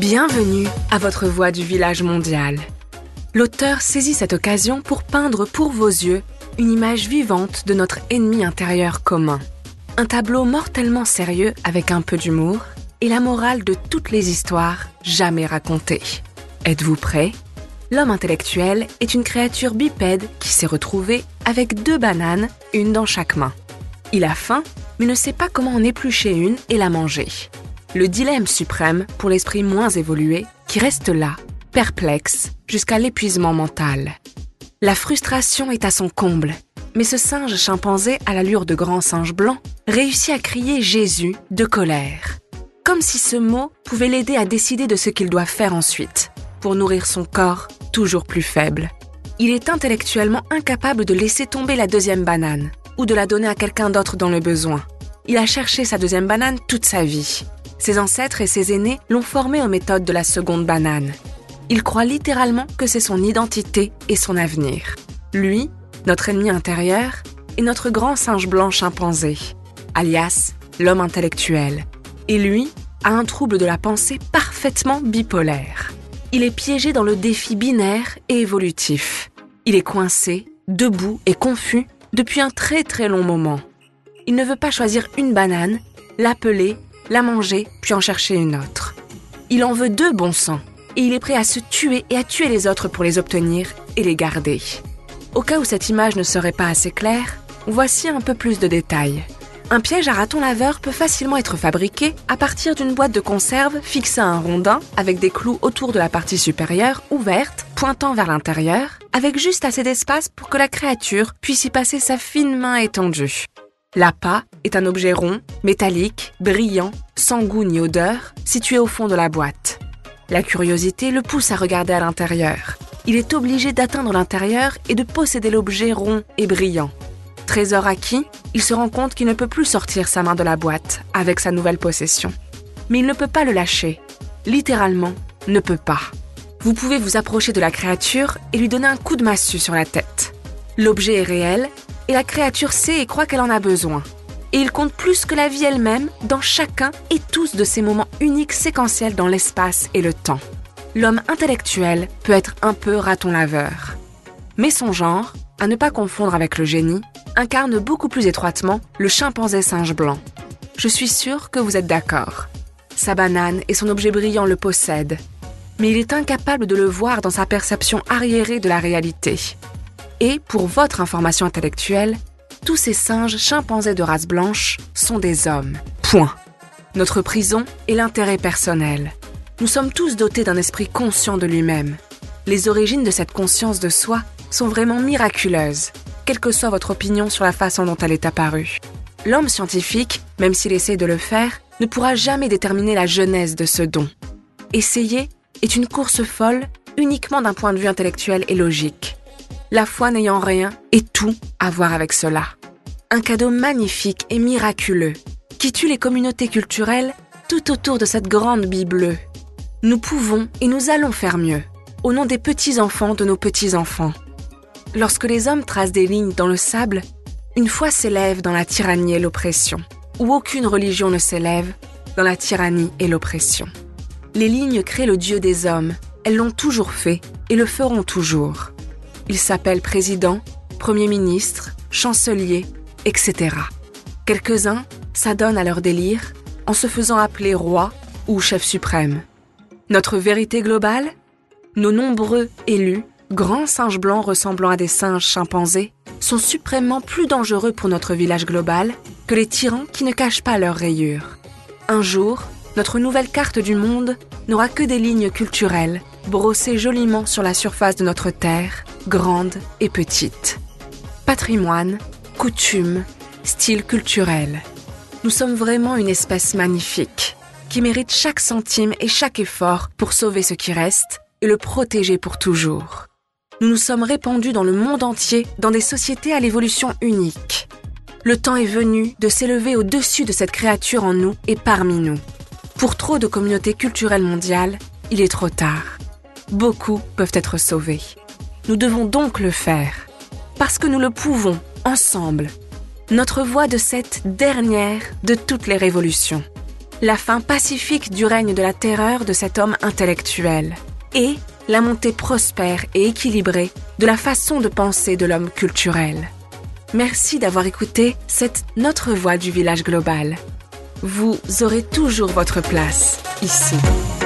Bienvenue à votre voix du village mondial. L'auteur saisit cette occasion pour peindre pour vos yeux une image vivante de notre ennemi intérieur commun. Un tableau mortellement sérieux avec un peu d'humour et la morale de toutes les histoires jamais racontées. Êtes-vous prêts ? L'homme intellectuel est une créature bipède qui s'est retrouvée avec 2 bananes, une dans chaque main. Il a faim, mais ne sait pas comment en éplucher une et la manger. Le dilemme suprême pour l'esprit moins évolué qui reste là, perplexe, jusqu'à l'épuisement mental. La frustration est à son comble, mais ce singe chimpanzé à l'allure de grand singe blanc réussit à crier Jésus de colère. Comme si ce mot pouvait l'aider à décider de ce qu'il doit faire ensuite, pour nourrir son corps toujours plus faible. Il est intellectuellement incapable de laisser tomber la 2e banane, ou de la donner à quelqu'un d'autre dans le besoin. Il a cherché sa 2e banane toute sa vie. Ses ancêtres et ses aînés l'ont formé aux méthodes de la seconde banane. Il croit littéralement que c'est son identité et son avenir. Lui, notre ennemi intérieur, est notre grand singe blanc chimpanzé, alias l'homme intellectuel. Et lui a un trouble de la pensée parfaitement bipolaire. Il est piégé dans le défi binaire et évolutif. Il est coincé, debout et confus depuis un très très long moment. Il ne veut pas choisir une banane, l'appeler, la manger, puis en chercher une autre. Il en veut 2 bon sang. Et il est prêt à se tuer et à tuer les autres pour les obtenir et les garder. Au cas où cette image ne serait pas assez claire, voici un peu plus de détails. Un piège à raton laveur peut facilement être fabriqué à partir d'une boîte de conserve fixée à un rondin avec des clous autour de la partie supérieure ouverte, pointant vers l'intérieur, avec juste assez d'espace pour que la créature puisse y passer sa fine main étendue. L'appât est un objet rond, métallique, brillant, sans goût ni odeur, situé au fond de la boîte. La curiosité le pousse à regarder à l'intérieur. Il est obligé d'atteindre l'intérieur et de posséder l'objet rond et brillant. Trésor acquis, il se rend compte qu'il ne peut plus sortir sa main de la boîte avec sa nouvelle possession. Mais il ne peut pas le lâcher. Littéralement, ne peut pas. Vous pouvez vous approcher de la créature et lui donner un coup de massue sur la tête. L'objet est réel et la créature sait et croit qu'elle en a besoin. Et il compte plus que la vie elle-même dans chacun et tous de ces moments uniques séquentiels dans l'espace et le temps. L'homme intellectuel peut être un peu raton laveur. Mais son genre, à ne pas confondre avec le génie, incarne beaucoup plus étroitement le chimpanzé singe blanc. Je suis sûre que vous êtes d'accord. Sa banane et son objet brillant le possèdent. Mais il est incapable de le voir dans sa perception arriérée de la réalité. Et, pour votre information intellectuelle, tous ces singes chimpanzés de race blanche sont des hommes. Point. Notre prison est l'intérêt personnel. Nous sommes tous dotés d'un esprit conscient de lui-même. Les origines de cette conscience de soi sont vraiment miraculeuses, quelle que soit votre opinion sur la façon dont elle est apparue. L'homme scientifique, même s'il essaie de le faire, ne pourra jamais déterminer la genèse de ce don. Essayer est une course folle uniquement d'un point de vue intellectuel et logique. La foi n'ayant rien et tout à voir avec cela. Un cadeau magnifique et miraculeux qui tue les communautés culturelles tout autour de cette grande bille bleue. Nous pouvons et nous allons faire mieux, au nom des petits-enfants de nos petits-enfants. Lorsque les hommes tracent des lignes dans le sable, une foi s'élève dans la tyrannie et l'oppression, où aucune religion ne s'élève dans la tyrannie et l'oppression. Les lignes créent le Dieu des hommes, elles l'ont toujours fait et le feront toujours. Ils s'appellent président, premier ministre, chancelier, etc. Quelques-uns s'adonnent à leur délire en se faisant appeler roi ou chef suprême. Notre vérité globale ? Nos nombreux élus, grands singes blancs ressemblant à des singes chimpanzés, sont suprêmement plus dangereux pour notre village global que les tyrans qui ne cachent pas leurs rayures. Un jour, notre nouvelle carte du monde n'aura que des lignes culturelles, brossées joliment sur la surface de notre terre, grande et petite. Patrimoine, coutumes, style culturel. Nous sommes vraiment une espèce magnifique, qui mérite chaque centime et chaque effort pour sauver ce qui reste et le protéger pour toujours. Nous nous sommes répandus dans le monde entier dans des sociétés à l'évolution unique. Le temps est venu de s'élever au-dessus de cette créature en nous et parmi nous. Pour trop de communautés culturelles mondiales, il est trop tard. Beaucoup peuvent être sauvés. Nous devons donc le faire, parce que nous le pouvons, ensemble. Notre voix de cette dernière de toutes les révolutions. la fin pacifique du règne de la terreur de cet homme intellectuel et la montée prospère et équilibrée de la façon de penser de l'homme culturel. Merci d'avoir écouté cette Notre Voix du village global. Vous aurez toujours votre place ici.